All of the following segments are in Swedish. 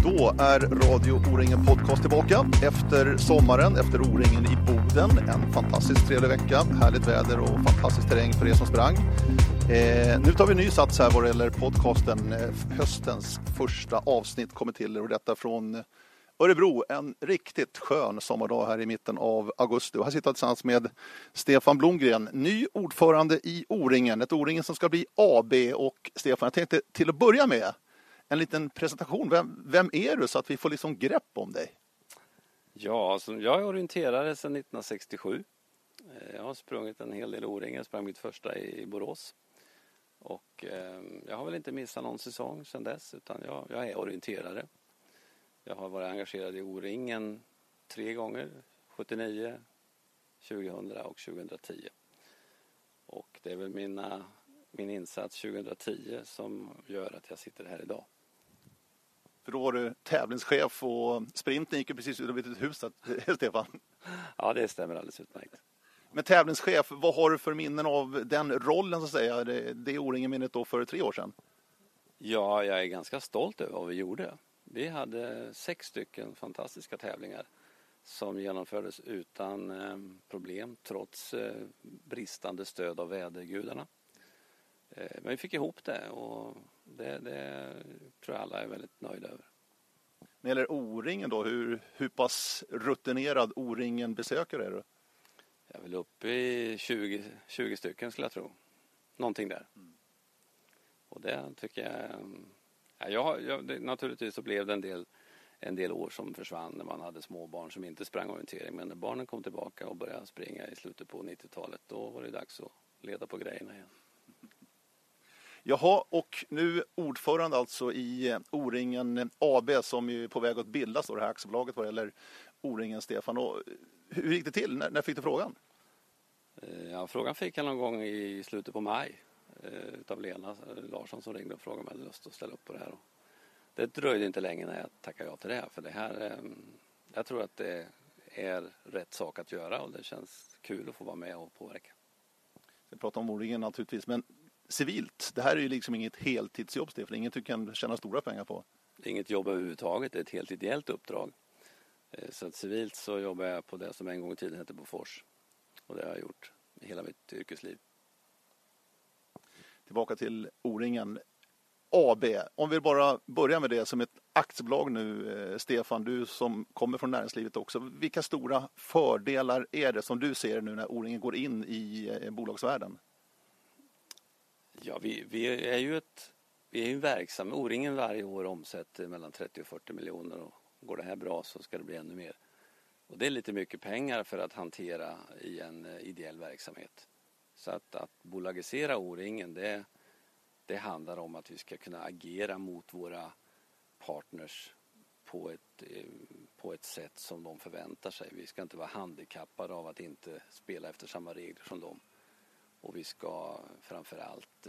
Då är Radio O-ringen podcast tillbaka efter sommaren, efter O-ringen i Boden. En fantastiskt trevlig vecka, härligt väder och fantastisk terräng för er som sprang. Nu tar vi en ny sats här vad det gäller podcasten. Höstens första avsnitt kommer till er och detta från Örebro. En riktigt skön sommardag här i mitten av augusti. Och här sitter jag tillsammans med Stefan Blomgren, ny ordförande i O-ringen. Ett O-ringen som ska bli AB. Och Stefan, jag tänkte till att börja med en liten presentation. Vem är du så att vi får liksom grepp om dig? Ja, alltså, jag är orienterare sedan 1967. Jag har sprungit en hel del O-ringar. Jag sprang mitt första i Borås. Och jag har väl inte missat någon säsong sedan dess, utan jag är orienterare. Jag har varit engagerad i O-ringen 3 gånger, 79, 2000 och 2010. Och det är väl min insats 2010 som gör att jag sitter här idag. För då var du tävlingschef och sprinten gick ju precis ut vid ett hus, Stefan. Ja, det stämmer alldeles utmärkt. Men tävlingschef, vad har du för minnen av den rollen så att säga? Det O-ringen-minnet då för 3 år sedan. Ja, jag är ganska stolt över vad vi gjorde. Vi hade 6 stycken fantastiska tävlingar som genomfördes utan problem trots bristande stöd av vädergudarna. Men vi fick ihop det och det tror jag alla är väldigt nöjda över. När det gäller O-ringen då, hur pass rutinerad O-ringen besökare är du? Jag är väl uppe i 20 stycken skulle jag tro. Någonting där. Och det tycker jag... naturligtvis så blev det en del år som försvann när man hade små barn som inte sprang orientering. Men när barnen kom tillbaka och började springa i slutet på 90-talet, då var det dags att leda på grejerna igen. Jaha, och nu ordförande alltså i O-ringen AB som är på väg att bildas då, det här aktiebolaget vad gäller O-ringen, Stefan. Och hur gick det till? När fick du frågan? Ja, frågan fick jag någon gång i slutet på maj utav Lena Larsson som ringde och frågade om jag hade lust att ställa upp på det här. Det dröjde inte länge när jag tackade ja till det här, för det här, jag tror att det är rätt sak att göra och det känns kul att få vara med och påverka. Vi pratar om O-ringen naturligtvis, men civilt, det här är ju liksom inget heltidsjobb, Stefan. Ingen tycker kan tjäna stora pengar på. Det är inget jobb överhuvudtaget, det är ett helt ideellt uppdrag. Så att civilt så jobbar jag på det som en gång i tiden hette Bofors. Och det har jag gjort i hela mitt yrkesliv. Tillbaka till O-ringen AB. Om vi bara börjar med det som ett aktiebolag nu, Stefan, du som kommer från näringslivet också. Vilka stora fördelar är det som du ser nu när O-ringen går in i bolagsvärlden? Ja, vi är ju en verksam. O-ringen varje år omsätter mellan 30 och 40 miljoner och går det här bra så ska det bli ännu mer. Och det är lite mycket pengar för att hantera i en ideell verksamhet. Så att bolagisera O-ringen, det handlar om att vi ska kunna agera mot våra partners på ett sätt som de förväntar sig. Vi ska inte vara handikappade av att inte spela efter samma regler som dem. Och vi ska framförallt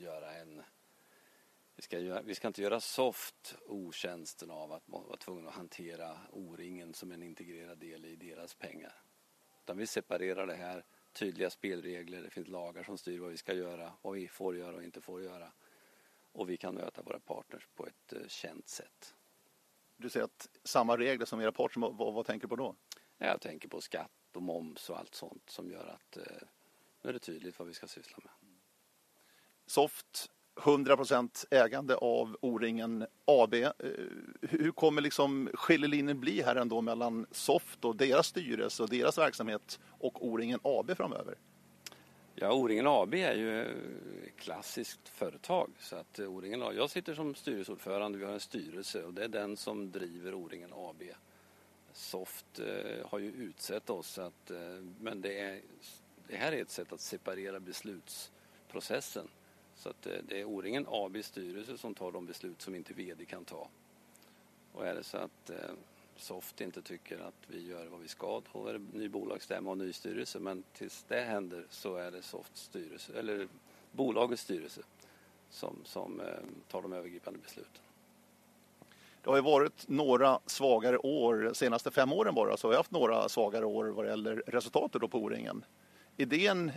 vi ska inte göra soft otjänsten av att vara tvungna att hantera O-ringen som en integrerad del i deras pengar. Utan vi separerar det här, tydliga spelregler, det finns lagar som styr vad vi ska göra, vad vi får göra och inte får göra. Och vi kan möta våra partners på ett känt sätt. Du säger att samma regler som era partners, vad tänker du på då? Jag tänker på skatt och moms och allt sånt som gör att nu är det tydligt vad vi ska syssla med. Soft, 100% ägande av O-ringen AB. Hur kommer liksom skiljelinjen bli här ändå mellan Soft och deras styrelse och deras verksamhet och O-ringen AB framöver? Ja, O-ringen AB är ju ett klassiskt företag. Så att O-ringen, jag sitter som styrelseordförande, vi har en styrelse och det är den som driver O-ringen AB. Soft har ju utsett oss, men det här är ett sätt att separera beslutsprocessen. Så att det är O-ringen ABs styrelse som tar de beslut som inte vd kan ta. Och är det så att Soft inte tycker att vi gör vad vi ska, då är det ny bolagsstämma och ny styrelse. Men tills det händer så är det Softs styrelse, eller bolagets styrelse som tar de övergripande besluten. Det har ju varit några svagare år, de senaste 5 åren bara, så har vi haft några svagare år vad det gäller resultatet då på O-ringen. Idén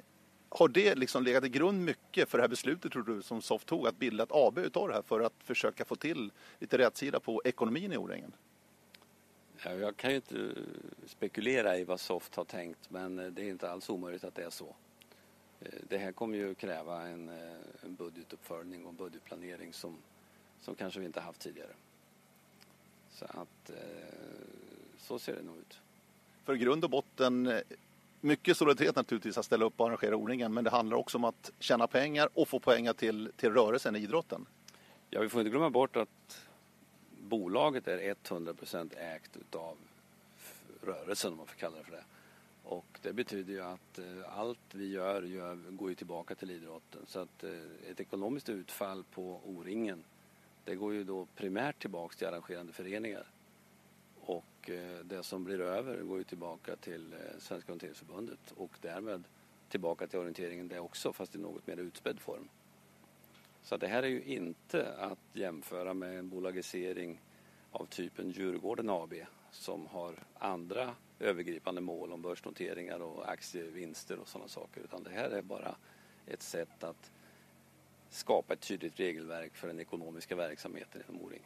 Har det liksom legat i grund mycket för det här beslutet, tror du, som SOFF tog, att bilda ett AB utav det här för att försöka få till lite rätsida på ekonomin i O-ringen? Ja, jag kan ju inte spekulera i vad SOFF har tänkt, men det är inte alls omöjligt att det är så. Det här kommer ju kräva en budgetuppföljning och budgetplanering som kanske vi inte haft tidigare. Så att så ser det nog ut. För grund och botten, mycket solidaritet naturligtvis att ställa upp och arrangera O-ringen, men det handlar också om att tjäna pengar och få pengar till rörelsen i idrotten. Ja, vi får inte glömma bort att bolaget är 100% ägt utav rörelsen, om man får kalla det för det. Och det betyder ju att allt vi gör går ju tillbaka till idrotten. Så att ett ekonomiskt utfall på O-ringen, det går ju då primärt tillbaka till arrangerande föreningar. Och det som blir över går ju tillbaka till Svenska orienteringsförbundet och därmed tillbaka till orienteringen det också, fast i något mer utspädd form. Så det här är ju inte att jämföra med en bolagisering av typen Djurgården AB som har andra övergripande mål om börsnoteringar och aktievinster och sådana saker, utan det här är bara ett sätt att skapa ett tydligt regelverk för den ekonomiska verksamheten inom O-ringen.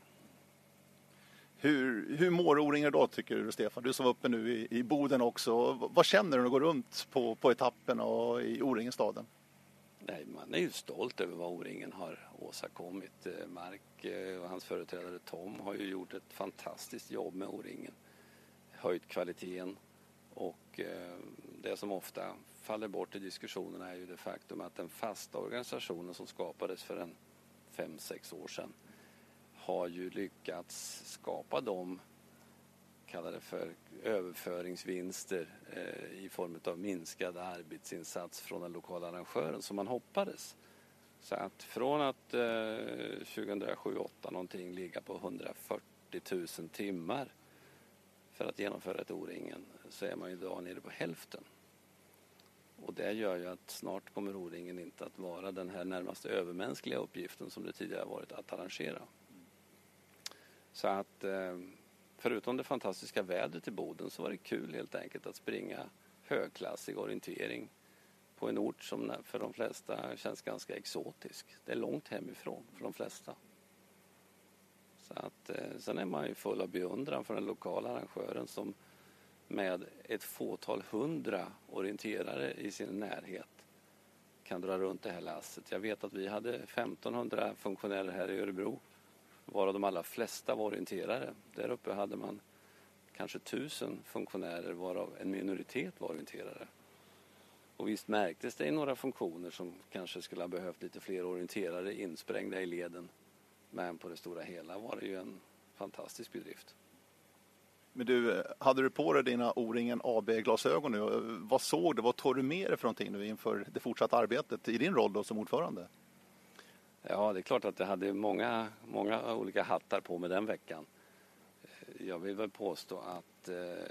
Hur mår O-ringen idag, tycker du, Stefan? Du som var uppe nu i Boden också. Vad känner du när du går runt på etappen och i O-ringen-staden? Nej, man är ju stolt över vad O-ringen har åstadkommit. Mark och hans företrädare Tom har ju gjort ett fantastiskt jobb med O-ringen. Höjt kvaliteten, och det som ofta faller bort i diskussionerna är ju det faktum att den fasta organisationen som skapades för 5-6 år sedan har ju lyckats skapa de, kallar det för överföringsvinster i form av minskad arbetsinsats från den lokala arrangören som man hoppades. Så att från att 2007-2008 någonting ligga på 140 000 timmar för att genomföra ett O-ringen, så är man ju idag nere på hälften. Och det gör ju att snart kommer O-ringen inte att vara den här närmast övermänskliga uppgiften som det tidigare varit att arrangera. Så att förutom det fantastiska vädret i Boden så var det kul helt enkelt att springa högklassig orientering på en ort som för de flesta känns ganska exotisk. Det är långt hemifrån för de flesta. Så att, sen är man ju full av beundran för den lokala arrangören som med ett fåtal 100 orienterare i sin närhet kan dra runt det här lasset. Jag vet att vi hade 1500 funktionärer här i Örebro, varav de allra flesta var orienterare. Där uppe hade man kanske 1000 funktionärer, varav en minoritet var orienterare. Och visst märktes det i några funktioner som kanske skulle ha behövt lite fler orienterare insprängda i leden. Men på det stora hela var det ju en fantastisk bedrift. Men du, hade du på dig dina O-ringen AB-glasögon nu? Vad såg du? Vad tog du med dig för någonting nu inför det fortsatta arbetet i din roll då som ordförande? Ja, det är klart att jag hade många olika hattar på mig den veckan. Jag vill väl påstå att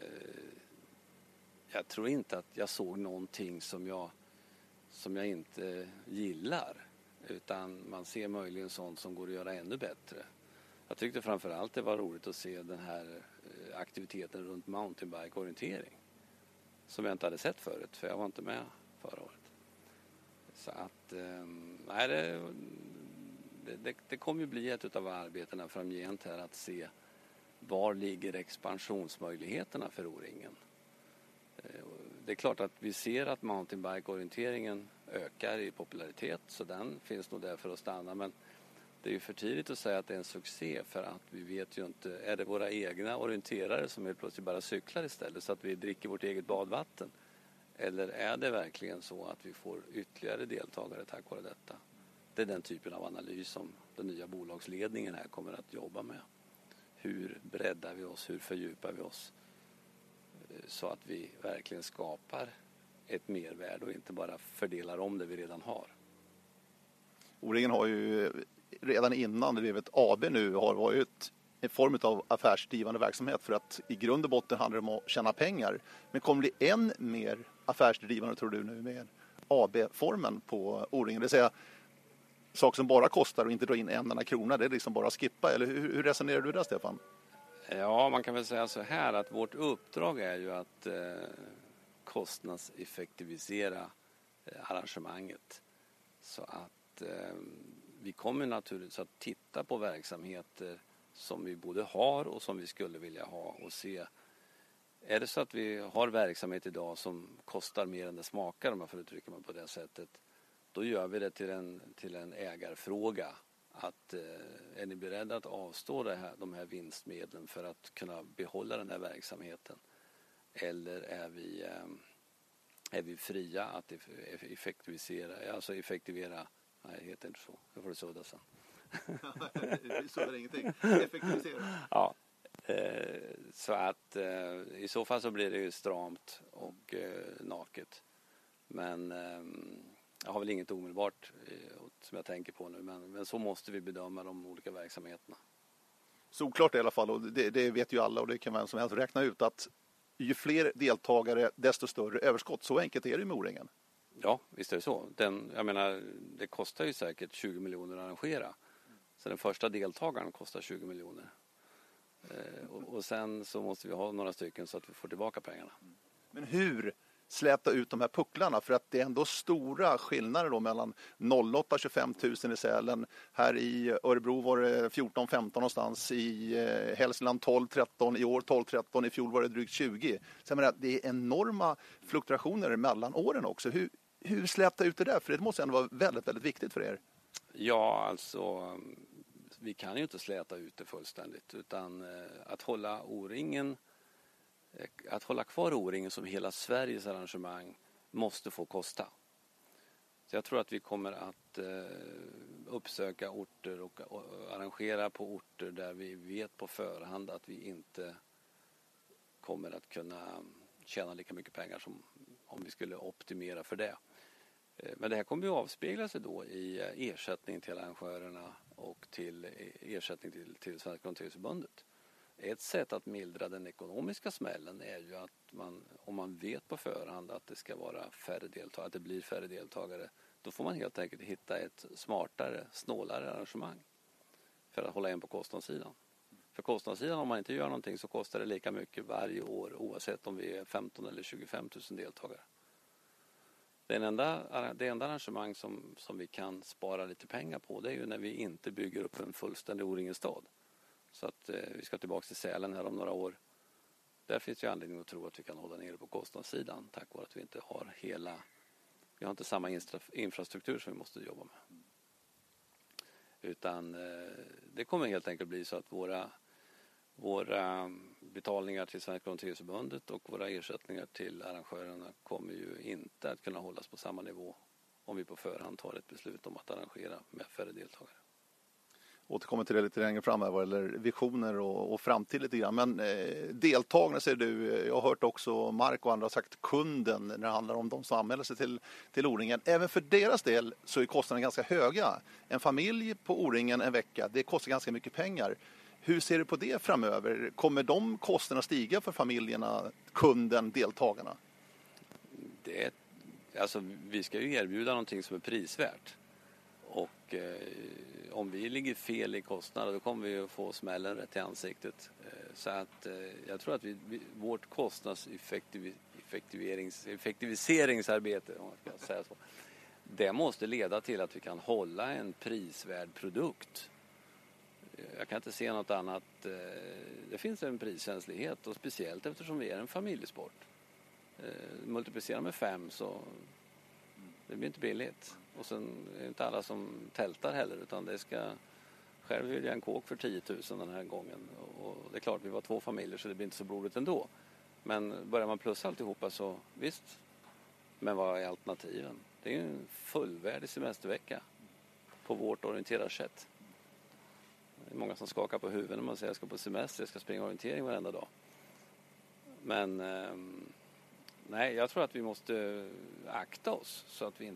jag tror inte att jag såg någonting som jag inte gillar. Utan man ser möjligen sånt som går att göra ännu bättre. Jag tyckte framförallt det var roligt att se den här aktiviteten runt mountainbike-orientering. Som jag inte hade sett förut, för jag var inte med förra året. Så att, nej, det kommer ju bli ett av arbetena framgent här att se var ligger expansionsmöjligheterna för O-ringen. Det är klart att vi ser att mountainbike-orienteringen ökar i popularitet, så den finns nog där för att stanna, men det är ju för tidigt att säga att det är en succé, för att vi vet ju inte, är det våra egna orienterare som helt plötsligt bara cyklar istället så att vi dricker vårt eget badvatten, eller är det verkligen så att vi får ytterligare deltagare tack vare detta? Det är den typen av analys som den nya bolagsledningen här kommer att jobba med. Hur breddar vi oss, hur fördjupar vi oss så att vi verkligen skapar ett mervärde och inte bara fördelar om det vi redan har. O-ringen har ju redan innan det blev ett AB nu har varit en form av affärsdrivande verksamhet, för att i grund och botten handlar det om att tjäna pengar. Men kommer det bli än mer affärsdrivande, tror du, nu med AB-formen på O-ringen? Det vill säga saker som bara kostar och inte dra in en enda krona, det är liksom bara att skippa. Eller hur resonerar du där, Stefan? Ja, man kan väl säga så här att vårt uppdrag är ju att kostnadseffektivisera arrangemanget. Så att vi kommer naturligtvis att titta på verksamheter som vi både har och som vi skulle vilja ha och se. Är det så att vi har verksamhet idag som kostar mer än det smakar, om man får uttrycka mig på det sättet, då gör vi det till en ägarfråga. Att är ni beredda att avstå de här vinstmedlen för att kunna behålla den här verksamheten? Eller är vi fria att effektivera, nej det heter inte så, jag får det sudda sen. Det suddar ingenting, effektivisera. Ja, så att i så fall så blir det ju stramt och naket. Men jag har väl inget omedelbart som jag tänker på nu, men så måste vi bedöma de olika verksamheterna. Såklart i alla fall, och det vet ju alla och det kan vem som helst räkna ut att ju fler deltagare desto större överskott. Så enkelt är det med O-ringen. Ja, visst är det så. Jag menar, det kostar ju säkert 20 miljoner att arrangera. Så den första deltagaren kostar 20 miljoner. Och sen så måste vi ha några stycken så att vi får tillbaka pengarna. Men hur släta ut de här pucklarna? För att det är ändå stora skillnader då mellan 08 25 000 i Sälen. Här i Örebro var det 14-15 någonstans. I Hälsingland 12-13. I år 12-13. I fjol var det drygt 20. Så jag menar, det är enorma fluktuationer mellan åren också. Hur släta ut det där? För det måste ändå vara väldigt, väldigt viktigt för er. Ja, alltså vi kan ju inte släta ut det fullständigt, utan att hålla kvar O-ringen som hela Sveriges arrangemang måste få kosta. Så jag tror att vi kommer att uppsöka orter och arrangera på orter där vi vet på förhand att vi inte kommer att kunna tjäna lika mycket pengar som om vi skulle optimera för det. Men det här kommer ju avspegla sig då i ersättning till arrangörerna och till ersättning till Svenska Orienteringsförbundet. Ett sätt att mildra den ekonomiska smällen är ju att om man vet på förhand att det ska vara färre deltagare, att det blir färre deltagare, då får man helt enkelt hitta ett smartare, snålare arrangemang för att hålla igen på kostnadssidan. För kostnadssidan, om man inte gör någonting, så kostar det lika mycket varje år oavsett om vi är 15 eller 25 000 deltagare. Det enda arrangemang som vi kan spara lite pengar på, det är ju när vi inte bygger upp en fullständig O-ringen stad. Så att vi ska tillbaka till Sälen här om några år. Där finns ju anledning att tro att vi kan hålla nere på kostnadssidan tack vare att vi inte har vi har inte samma infrastruktur som vi måste jobba med. Utan det kommer helt enkelt bli så att våra betalningar till Svenska Orienteringsförbundet och våra ersättningar till arrangörerna kommer ju inte att kunna hållas på samma nivå om vi på förhand tar ett beslut om att arrangera med färre deltagare. Återkommer till det lite längre fram här vad gäller visioner och framtid lite grann. Men deltagarna säger du, jag har hört också Mark och andra har sagt kunden när det handlar om de som anmäler sig till O-ringen. Även för deras del så är kostnaderna ganska höga. En familj på O-ringen en vecka, det kostar ganska mycket pengar. Hur ser du på det framöver? Kommer de kostnaderna stiga för familjerna, kunden, deltagarna? Vi ska ju erbjuda någonting som är prisvärt. Och om vi ligger fel i kostnader, då kommer vi att få smällen rätt i ansiktet. Så att jag tror att vårt kostnadseffektiviseringsarbete, om man ska säga så, det måste leda till att vi kan hålla en prisvärd produkt. Jag kan inte se något annat. Det finns en priskänslighet, och speciellt eftersom vi är en familjesport. Multiplicera med 5 så det blir inte billigt. Och sen är det inte alla som tältar heller, utan själv vill jag en kåk för 10 000 den här gången. Och det är klart, vi var 2 familjer så det blir inte så blodigt ändå. Men börjar man plussa alltihopa så visst. Men vad är alternativen? Det är ju en fullvärdig semestervecka på vårt orienterarsätt. Det är många som skakar på huvudet när man säger att jag ska på semester, jag ska springa orientering varenda dag. Men nej, jag tror att vi måste akta oss så att vi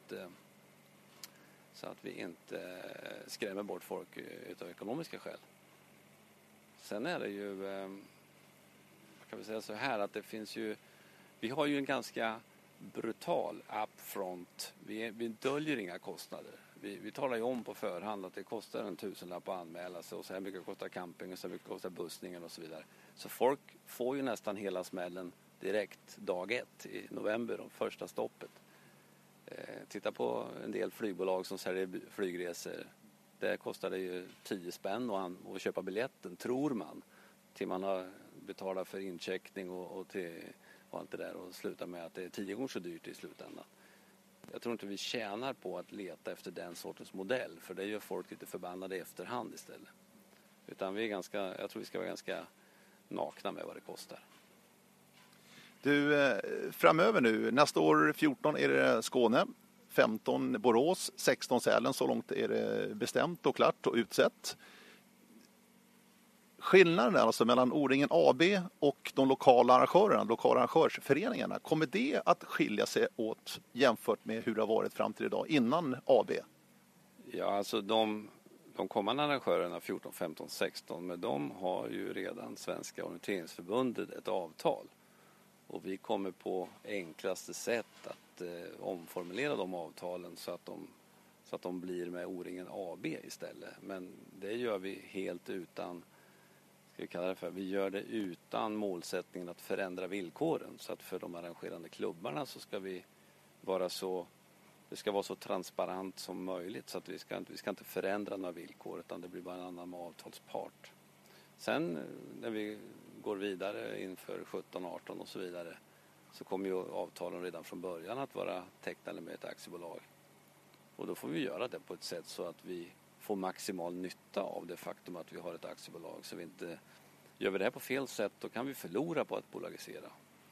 inte skrämmer bort folk utav ekonomiska skäl. Sen är det ju, kan vi säga så här, att vi har ju en ganska brutal upfront. Vi döljer inga kostnader. Vi talar ju om på förhand att det kostar 1000-lapp att anmäla sig, och så här mycket kostar camping och så här mycket kostar bussningen och så vidare. Så folk får ju nästan hela smällen direkt dag 1 i november, och första stoppet. Titta på en del flygbolag som säljer flygresor. Där kostar det ju 10 spänn att köpa biljetten, tror man. Till man har betalat för incheckning och allt det där och slutar med att det är 10 gånger så dyrt i slutändan. Jag tror inte vi tjänar på att leta efter den sortens modell, för det gör folk lite förbannade i efterhand istället. Utan jag tror vi ska vara ganska nakna med vad det kostar. Du, framöver nu, nästa år 14 är det Skåne, 15 Borås, 16 Sälen, så långt är det bestämt och klart och utsett. Skillnaden alltså mellan O-ringen AB och de lokala arrangörsföreningarna, kommer det att skilja sig åt jämfört med hur det har varit fram till idag innan AB? Ja, alltså de kommande arrangörerna 14, 15, 16, med dem har ju redan Svenska orienteringsförbundet ett avtal. Och vi kommer på enklaste sätt att omformulera de avtalen så att de blir med O-ringen AB istället. Men det gör vi helt utan, vi gör det utan målsättningen att förändra villkoren. Så att för de arrangerande klubbarna så ska det ska vara så transparent som möjligt, så att vi ska inte förändra några villkor, utan det blir bara en annan avtalspart. Sen när vi går vidare inför 17, 18 och så vidare, så kommer ju avtalen redan från början att vara tecknade med ett aktiebolag. Och då får vi göra det på ett sätt så att vi får maximal nytta av det faktum att vi har ett aktiebolag. Så gör vi det här på fel sätt, då kan vi förlora på att bolagisera.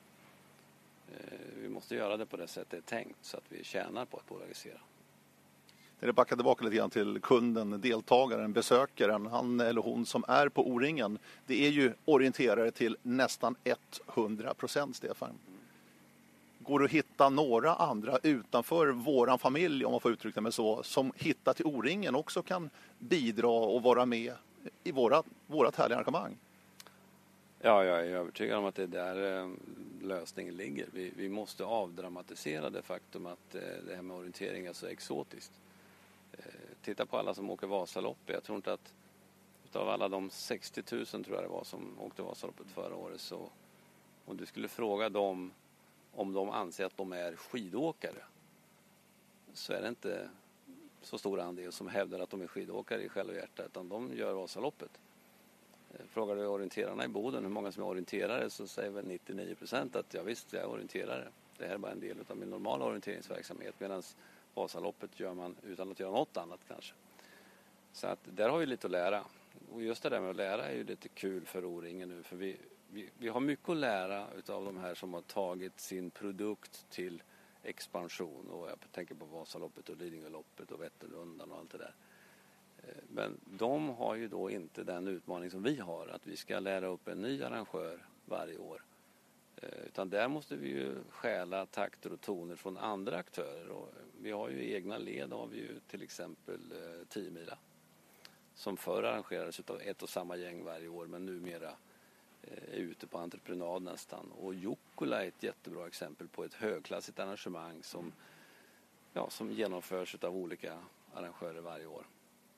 Vi måste göra det på det sättet det är tänkt, så att vi tjänar på att bolagisera. När det backar tillbaka lite grann till kunden, deltagaren, besökaren, han eller hon som är på O-ringen, det är ju orienterare till nästan 100%, Stefan. Går det att hitta några andra utanför våran familj, om man får uttrycka mig så, som hittar till O-ringen också kan bidra och vara med i vårat härliga arrangemang? Ja, jag är övertygad om att det är där lösningen ligger. Vi måste avdramatisera det faktum att det här med orientering är så exotiskt. Titta på alla som åker Vasaloppet. Jag tror inte att utav alla de 60 000 tror jag det var som åkte Vasaloppet förra året, så om du skulle fråga dem om de anser att de är skidåkare, så är det inte så stor andel som hävdar att de är skidåkare i själ och hjärta, utan de gör Vasaloppet. Frågar du orienterarna i Boden hur många som är orienterare, så säger väl 99% att ja, visst, jag är orienterare. Det här är bara en del av min normala orienteringsverksamhet, medan Vasaloppet gör man utan att göra något annat kanske. Så att där har vi lite att lära. Och just det där med att lära är ju lite kul för O-ringen nu, för vi har mycket att lära utav de här som har tagit sin produkt till expansion. Och jag tänker på Vasaloppet och Lidingöloppet och Vätternrundan och allt det där. Men de har ju då inte den utmaning som vi har, att vi ska lära upp en ny arrangör varje år. Utan där måste vi ju stjäla takter och toner från andra aktörer. Och vi har ju egna led, har vi ju till exempel 10 mila. Som förr arrangerades av ett och samma gäng varje år, men numera är ute på entreprenad nästan. Och Jukkola är ett jättebra exempel på ett högklassigt arrangemang som genomförs av olika arrangörer varje år.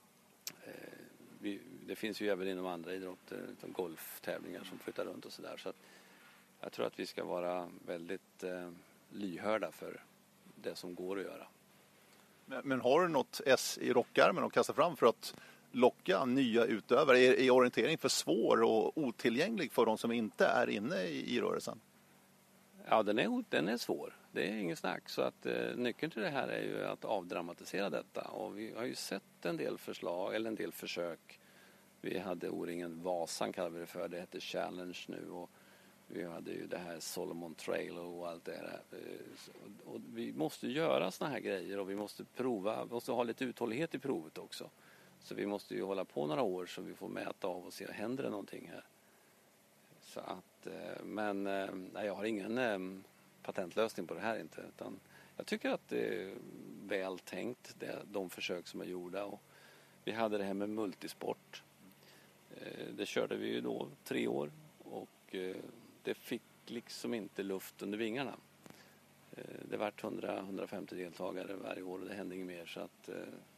Det finns ju även inom andra idrotter, golftävlingar som flyttar runt och sådär. Så att jag tror att vi ska vara väldigt lyhörda för det som går att göra. Men har du något S i rockärmen att kasta fram för att locka nya utövare? Är orientering för svår och otillgänglig för de som inte är inne i rörelsen? Ja, den är svår. Det är inget snack. Så att nyckeln till det här är ju att avdramatisera detta. Och vi har ju sett en del förslag, eller en del försök. Vi hade O-ringen Vasan, kallar vi det för. Det heter Challenge nu. Och vi hade ju det här Solomon Trail och allt det här. Och vi måste göra såna här grejer och vi måste prova. Vi måste ha lite uthållighet i provet också. Så vi måste ju hålla på några år så vi får mäta av och se, händer det någonting här? Så att, men nej, jag har ingen patentlösning på det här inte. Utan jag tycker att det är väl tänkt, de försök som är gjorda. Och vi hade det här med multisport. Det körde vi ju då 3 år och det fick liksom inte luft under vingarna. Det var 100-150 deltagare varje år och det hände inget mer, så att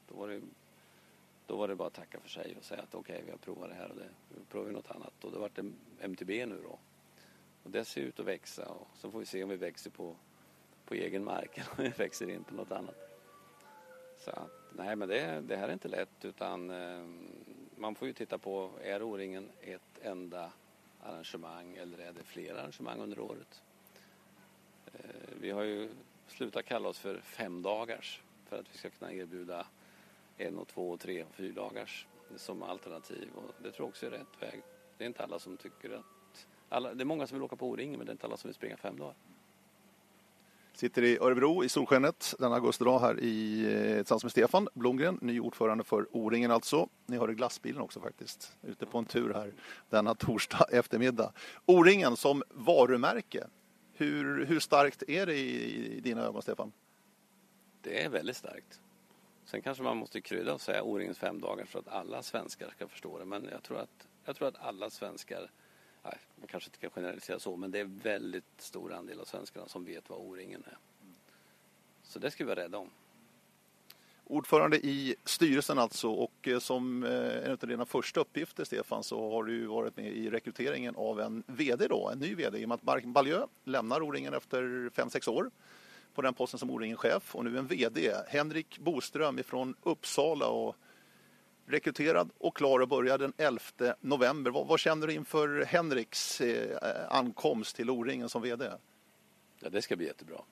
då var det bara att tacka för sig och säga att okej, vi har provat det här och vi provar något annat. Och det var det MTB nu då. Och det ser ut att växa och så får vi se om vi växer på på egen mark och växer in på något annat. Så nej, men det här är inte lätt, utan man får ju titta på, är O-ringen ett enda arrangemang eller är det flera arrangemang under året? Vi har ju slutat kalla oss för 5 dagars för att vi ska kunna erbjuda 1, 2, 3 och 4 dagars som alternativ, och det tror jag också är rätt väg. Det är inte alla som tycker att det är många som vill åka på O-ringen, men det är inte alla som vill springa 5 dagar. Sitter i Örebro i solskenet denna augustidag här tillsammans med Stefan Blomgren, ny ordförande för O-ringen alltså. Ni har i glassbilen också faktiskt, ute på en tur här denna torsdag eftermiddag. O-ringen som varumärke, hur starkt är det i dina ögon, Stefan? Det är väldigt starkt. Sen kanske man måste krydda och säga O-ringens 5 dagar för att alla svenskar ska förstå det. Men jag tror att alla svenskar, man kanske inte kan generalisera så, men det är väldigt stor andel av svenskarna som vet vad O-ringen är. Så det ska vi vara rädda om. Ordförande i styrelsen alltså, och som en av dina första uppgifter, Stefan, så har du varit med i rekryteringen av en vd då, en ny vd, i och med att Mark Baljö lämnar O-ringen efter 5-6 år på den posten som O-ringen-chef, och nu en vd, Henrik Boström ifrån Uppsala, och rekryterad och klar att börja den 11 november. Vad känner du inför Henriks ankomst till O-ringen som vd? Ja, det ska bli jättebra.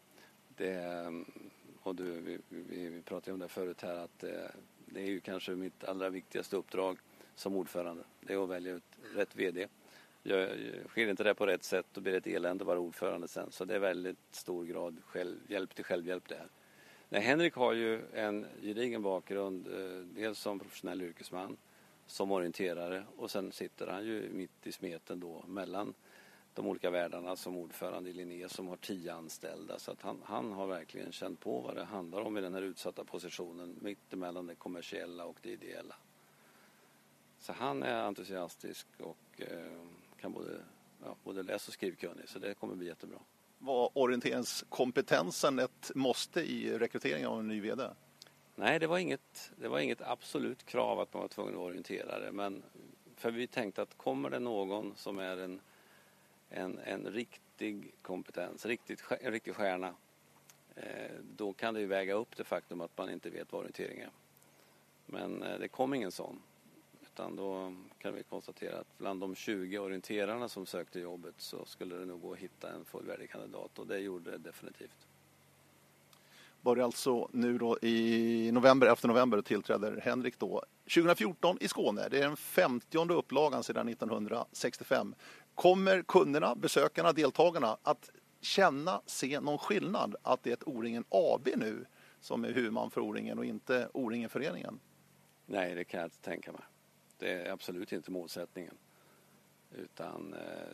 Vi pratade om det förut här, att det är ju kanske mitt allra viktigaste uppdrag som ordförande. Det är att välja ut rätt vd. Sker inte det på rätt sätt, då blir det ett elände att vara ordförande sen. Så det är väldigt stor grad hjälp till självhjälp det här. Nej, Henrik har ju en gedigen bakgrund, dels som professionell yrkesman, som orienterare, och sen sitter han ju mitt i smeten då mellan de olika världarna som ordförande i Linné som har 10 anställda. Så att han har verkligen känt på vad det handlar om i den här utsatta positionen mitt emellan det kommersiella och det ideella. Så han är entusiastisk och kan både läs- och skrivkunnig, så det kommer bli jättebra. Var orienteringskompetensen ett måste i rekryteringen av en ny vd? Nej, det var inget absolut krav att man var tvungen att orientera det, men för vi tänkte att kommer det någon som är en riktig kompetens, en riktig stjärna, då kan det ju väga upp det faktum att man inte vet vad orientering är. Men det kom ingen sån, utan då kan vi konstatera att bland de 20 orienterarna som sökte jobbet så skulle det nog gå att hitta en fullvärdig kandidat, och det gjorde det definitivt. Börjar alltså nu då i november, efter november tillträder Henrik då 2014 i Skåne. Det är den 50:e upplagan sedan 1965. Kommer kunderna, besökarna, deltagarna att se någon skillnad att det är ett O-ringen AB nu som är huvudman för O-ringen och inte O-ringen-föreningen? Nej, det kan jag inte tänka mig. Det är absolut inte målsättningen. Utan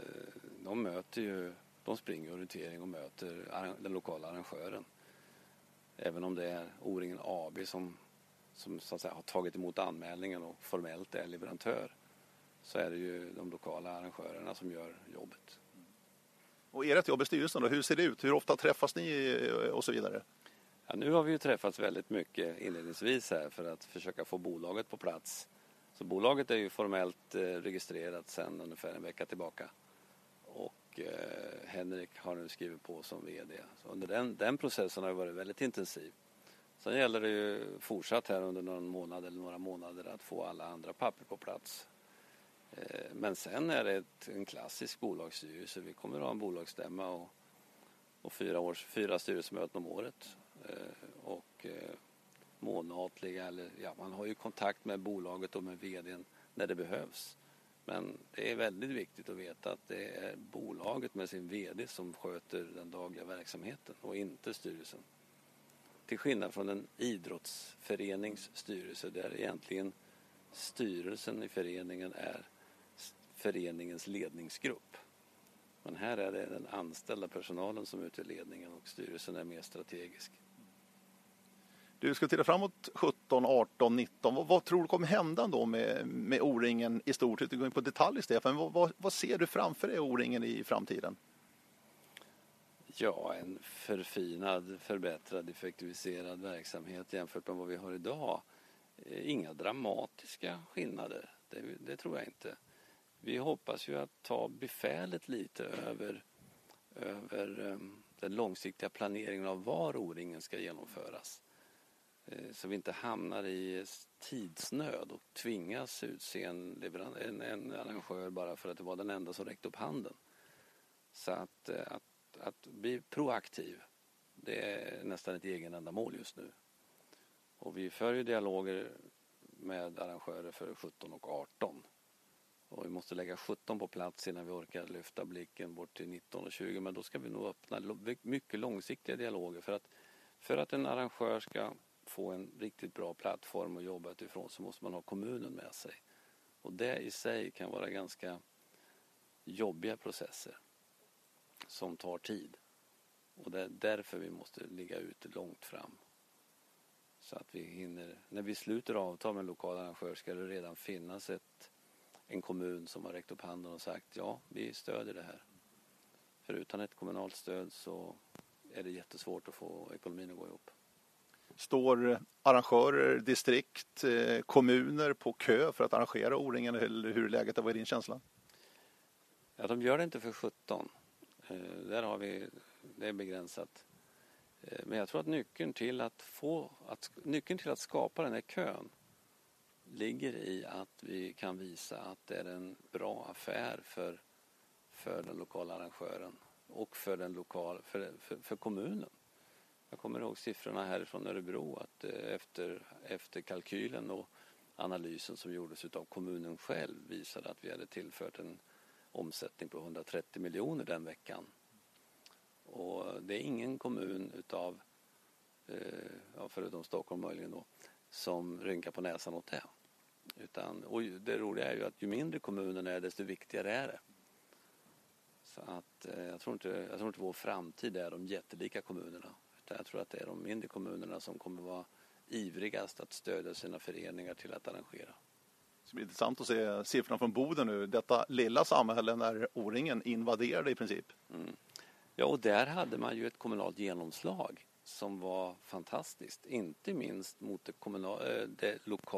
de springer orientering och möter den lokala arrangören. Även om det är O-ringen AB som så att säga har tagit emot anmälningen och formellt är leverantör, så är det ju de lokala arrangörerna som gör jobbet. Och ert jobb i styrelsen då, hur ser det ut? Hur ofta träffas ni och så vidare? Ja, nu har vi ju träffats väldigt mycket inledningsvis här för att försöka få bolaget på plats. Så bolaget är ju formellt registrerat sedan ungefär en vecka tillbaka. Och Henrik har nu skrivit på som vd. Så under den processen har ju varit väldigt intensiv. Sen gäller det ju fortsatt här under några månader att få alla andra papper på plats. Men sen är det en klassisk bolagsstyrelse. Vi kommer att ha en bolagsstämma och 4 styrelsemöten om året. Och månatliga, man har ju kontakt med bolaget och med vdn när det behövs. Men det är väldigt viktigt att veta att det är bolaget med sin vd som sköter den dagliga verksamheten och inte styrelsen. Till skillnad från en idrottsförenings styrelse där egentligen styrelsen i föreningen är föreningens ledningsgrupp. Men här är det den anställda personalen som utgör ledningen och styrelsen är mer strategisk. Du ska titta framåt 17, 18, 19. Vad tror du kommer hända då med O-ringen i stort? Du går in på detalj, Stefan. Vad ser du framför dig O-ringen i framtiden? Ja, en förfinad, förbättrad, effektiviserad verksamhet jämfört med vad vi har idag. Inga dramatiska skillnader, det tror jag inte. Vi hoppas ju att ta befälet lite över den långsiktiga planeringen av var O-ringen ska genomföras. Så vi inte hamnar i tidsnöd och tvingas utse en arrangör bara för att det var den enda som räckte upp handen. Så att bli proaktiv, det är nästan ett egenändamål just nu. Och vi för ju dialoger med arrangörer för 17 och 18. Och vi måste lägga 17 på plats innan vi orkar lyfta blicken bort till 19 och 20. Men då ska vi nog öppna mycket långsiktiga dialoger. För att en arrangör ska få en riktigt bra plattform att jobba utifrån så måste man ha kommunen med sig. Och det i sig kan vara ganska jobbiga processer som tar tid. Och det är därför vi måste ligga ute långt fram. Så att vi hinner, när vi sluter avtal med en lokal arrangör ska det redan finnas en kommun som har räckt upp handen och sagt ja, vi stödjer det här. För utan ett kommunalt stöd så är det jättesvårt att få ekonomin att gå ihop. Står arrangörer, distrikt, kommuner på kö för att arrangera O-ringen eller hur är läget? Vad är din känsla? Ja, de gör det inte för 17. Där har vi, det är begränsat. Men jag tror att nyckeln till att skapa den här kön ligger i att vi kan visa att det är en bra affär för den lokala arrangören och för kommunen. Jag kommer ihåg siffrorna här från Örebro att efter kalkylen och analysen som gjordes av kommunen själv visade att vi hade tillfört en omsättning på 130 miljoner den veckan. Och det är ingen kommun utav, förutom Stockholm möjligen då, som rynkar på näsan åt det. Och det roliga är ju att ju mindre kommunen är desto viktigare är det. Så att jag tror inte vår framtid är de jättelika kommunerna. Utan jag tror att det är de mindre kommunerna som kommer vara ivrigast att stödja sina föreningar till att arrangera. Det blir intressant att se siffrorna från Boden nu. Detta lilla samhälle när O-ringen invaderade i princip. Mm. Ja, och där hade man ju ett kommunalt genomslag som var fantastiskt. Inte minst mot det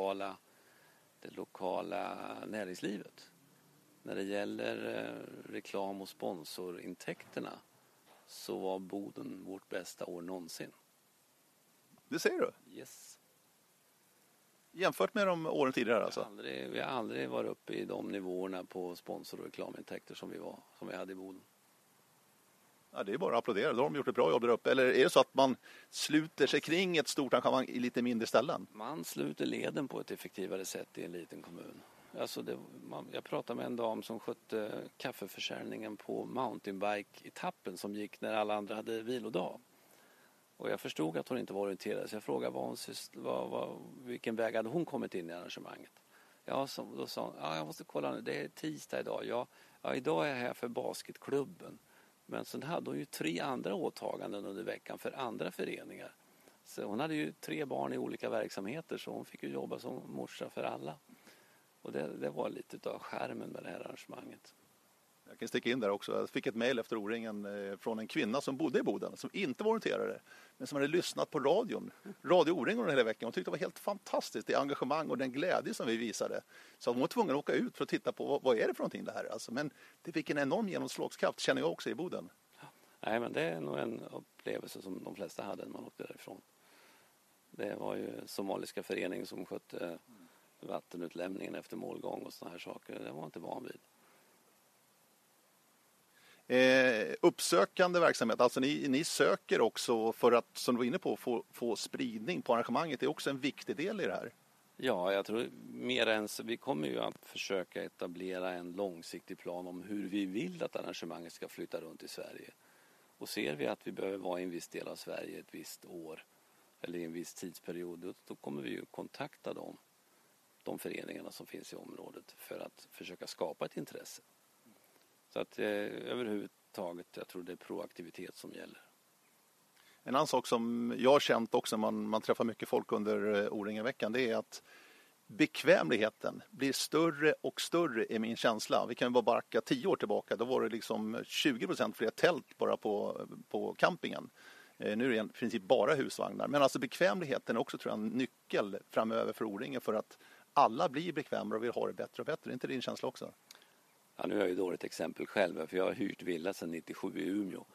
lokala näringslivet. När det gäller reklam- och sponsorintäkterna så var Boden vårt bästa år någonsin. Det säger du? Yes. Jämfört med de åren tidigare alltså? Vi har aldrig varit uppe i de nivåerna på sponsor- och reklamintäkter som vi hade i Boden. Ja, det är bara att applådera. Då har de gjort ett bra jobb där uppe. Eller är det så att man sluter sig kring ett stort arrangemang i lite mindre ställen? Man sluter leden på ett effektivare sätt i en liten kommun. Alltså jag pratade med en dam som skötte kaffeförsäljningen på mountainbike-etappen som gick när alla andra hade vilodag. Och jag förstod att hon inte var orienterad så jag frågade vilken väg hade hon kommit in i arrangemanget. Ja, då sa hon, jag måste kolla nu, det är tisdag idag. Ja, idag är jag här för basketklubben. Men sen hade hon ju 3 andra åtaganden under veckan för andra föreningar. Så hon hade ju 3 barn i olika verksamheter så hon fick ju jobba som morsa för alla. Och det var lite av skärmen med det här arrangemanget. Jag kan sticka in där också. Jag fick ett mejl efter O-ringen från en kvinna som bodde i Boden, som inte var orienterare, men som hade lyssnat på Radio O-ringen hela veckan. Hon tyckte det var helt fantastiskt, det engagemang och den glädje som vi visade. Så hon var tvungen att åka ut för att titta på vad är det för någonting det här. Alltså, men det fick en enorm genomslagskraft, känner jag också i Boden. Nej, men det är nog en upplevelse som de flesta hade när man åkte därifrån. Det var ju somaliska föreningen som skötte vattenutlämningen efter målgång och såna här saker. Det var inte van vid. Uppsökande verksamhet, alltså ni söker också för att, som du var inne på, få spridning på arrangemanget. Det är också en viktig del i det här. Ja, jag tror mer än så. Vi kommer ju att försöka etablera en långsiktig plan om hur vi vill att arrangemanget ska flytta runt i Sverige. Och ser vi att vi behöver vara i en viss del av Sverige ett visst år eller i en viss tidsperiod, då kommer vi ju kontakta de föreningarna som finns i området för att försöka skapa ett intresse. Så att överhuvudtaget, jag tror det är proaktivitet som gäller. En annan sak som jag har känt också när man träffar mycket folk under O-ringen-veckan, det är att bekvämligheten blir större och större i min känsla. Vi kan bara backa 10 år tillbaka, då var det liksom 20% fler tält bara på campingen. Nu är det i princip bara husvagnar. Men alltså bekvämligheten är också, tror jag, en nyckel framöver för O-ringen för att alla blir bekvämare och vill ha det bättre och bättre. Är inte din känsla också? Ja, nu är jag ju dåligt exempel själv för jag har hyrt villa sedan 97 i Umeå.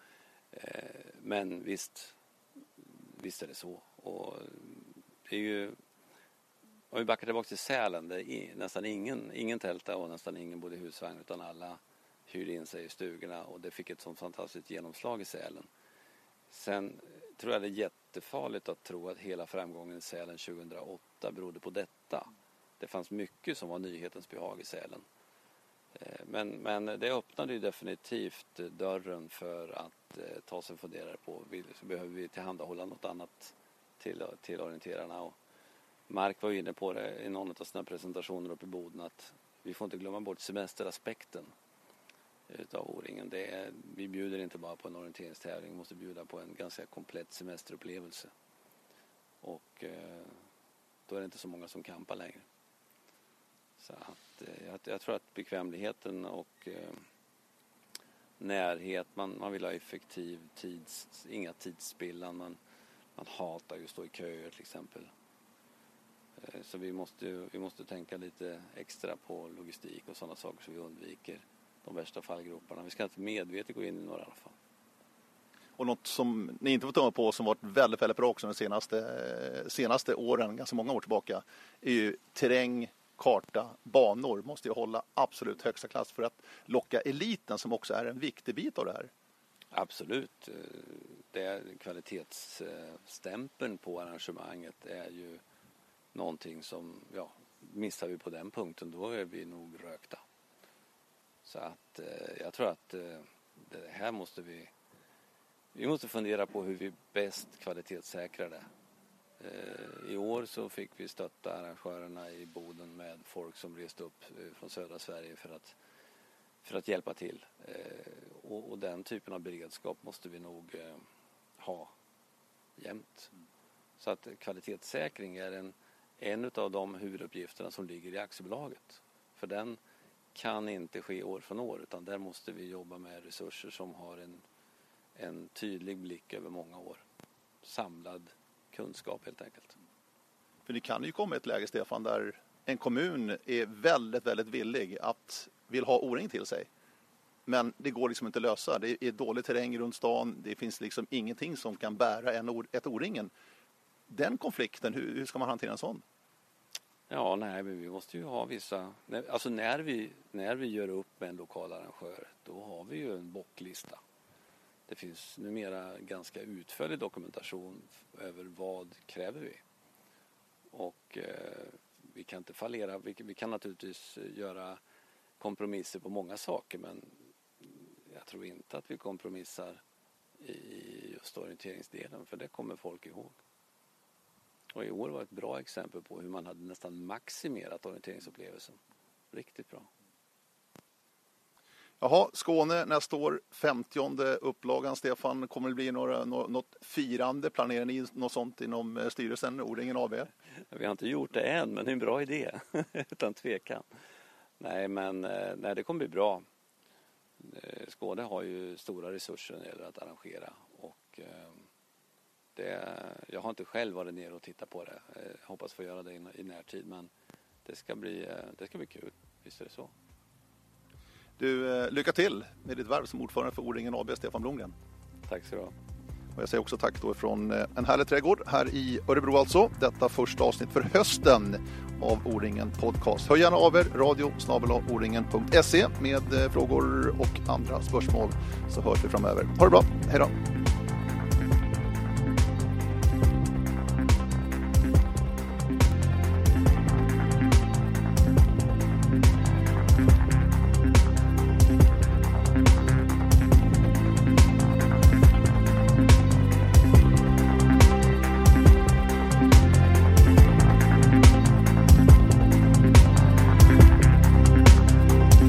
Men visst är det så. Och det är ju, om vi backar tillbaka till Sälen, det är nästan ingen tälta och nästan ingen bodde i husvagn, utan alla hyrde in sig i stugorna, och det fick ett sånt fantastiskt genomslag i Sälen. Sen tror jag det är jättefarligt att tro att hela framgången i Sälen 2008 berodde på detta. Det fanns mycket som var nyhetens behag i Sälen. Men det öppnade ju definitivt dörren för att ta sig en funderare på, behöver vi tillhandahålla något annat till orienterarna. Och Mark var inne på det i någon av sina presentationer uppe i Boden, att vi får inte glömma bort semesteraspekten utav O-ringen. Vi bjuder inte bara på en orienteringstävling, vi måste bjuda på en ganska komplett semesterupplevelse. Och då är det inte så många som campar längre. Så att jag tror att bekvämligheten och närhet, man vill ha effektiv inga tidsspillan, man hatar ju att stå i köer till exempel. Så vi måste tänka lite extra på logistik och sådana saker, så vi undviker de värsta fallgroparna. Vi ska inte medvetet gå in i några i alla fall. Och något som ni inte får tumma på, som varit väldigt, väldigt bra också de senaste åren, ganska många år tillbaka, är ju terräng, karta, banor måste ju hålla absolut högsta klass för att locka eliten, som också är en viktig bit av det här. Absolut. Det är kvalitetsstämpeln på arrangemanget är ju någonting som, missar vi på den punkten, då är vi nog rökta. Så att jag tror att det här måste vi måste fundera på hur vi bäst kvalitetssäkrar det. I år så fick vi stötta arrangörerna i Boden med folk som reste upp från södra Sverige för att hjälpa till. Och den typen av beredskap måste vi nog ha jämt. Så att kvalitetssäkring är en av de huvuduppgifterna som ligger i aktiebolaget. För den kan inte ske år från år, utan där måste vi jobba med resurser som har en tydlig blick över många år. Samlad kunskap helt enkelt. För det kan ju komma ett läge, Stefan, där en kommun är väldigt, väldigt vill ha O-ring till sig. Men det går liksom inte att lösa. Det är dålig terräng runt stan. Det finns liksom ingenting som kan bära ett O-ringen. Den konflikten, hur ska man hantera en sån? Ja, men vi måste ju ha vissa... Alltså när vi gör upp med en lokal arrangör, då har vi ju en bocklista. Det finns numera ganska utförlig dokumentation över vad kräver vi. Och vi kan inte fallera. Vi kan naturligtvis göra kompromisser på många saker, men jag tror inte att vi kompromissar i just orienteringsdelen, för det kommer folk ihåg. Och i år var ett bra exempel på hur man hade nästan maximerat orienteringsupplevelsen. Riktigt bra. Jaha, Skåne nästa år, 50:e upplagan, Stefan. Kommer det bli något firande? Planerar ni något sånt inom styrelsen, O-ringen AB? Vi har inte gjort det än, men det är en bra idé, utan tvekan. Nej, det kommer bli bra. Skåne har ju stora resurser när det gäller att arrangera, och jag har inte själv varit ner och tittat på det. Jag hoppas få göra det i närtid, men det ska bli kul. Visst är det så. Du, lycka till med ditt värv som ordförande för O-ringen AB, Stefan Blomgren. Tack så du ha. Och jag säger också tack då från en härlig trädgård här i Örebro alltså. Detta första avsnitt för hösten av O-ringen podcast. Hör gärna av er, radio@oringen.se med frågor och andra spörsmål, så hörs vi framöver. Ha det bra, hej då!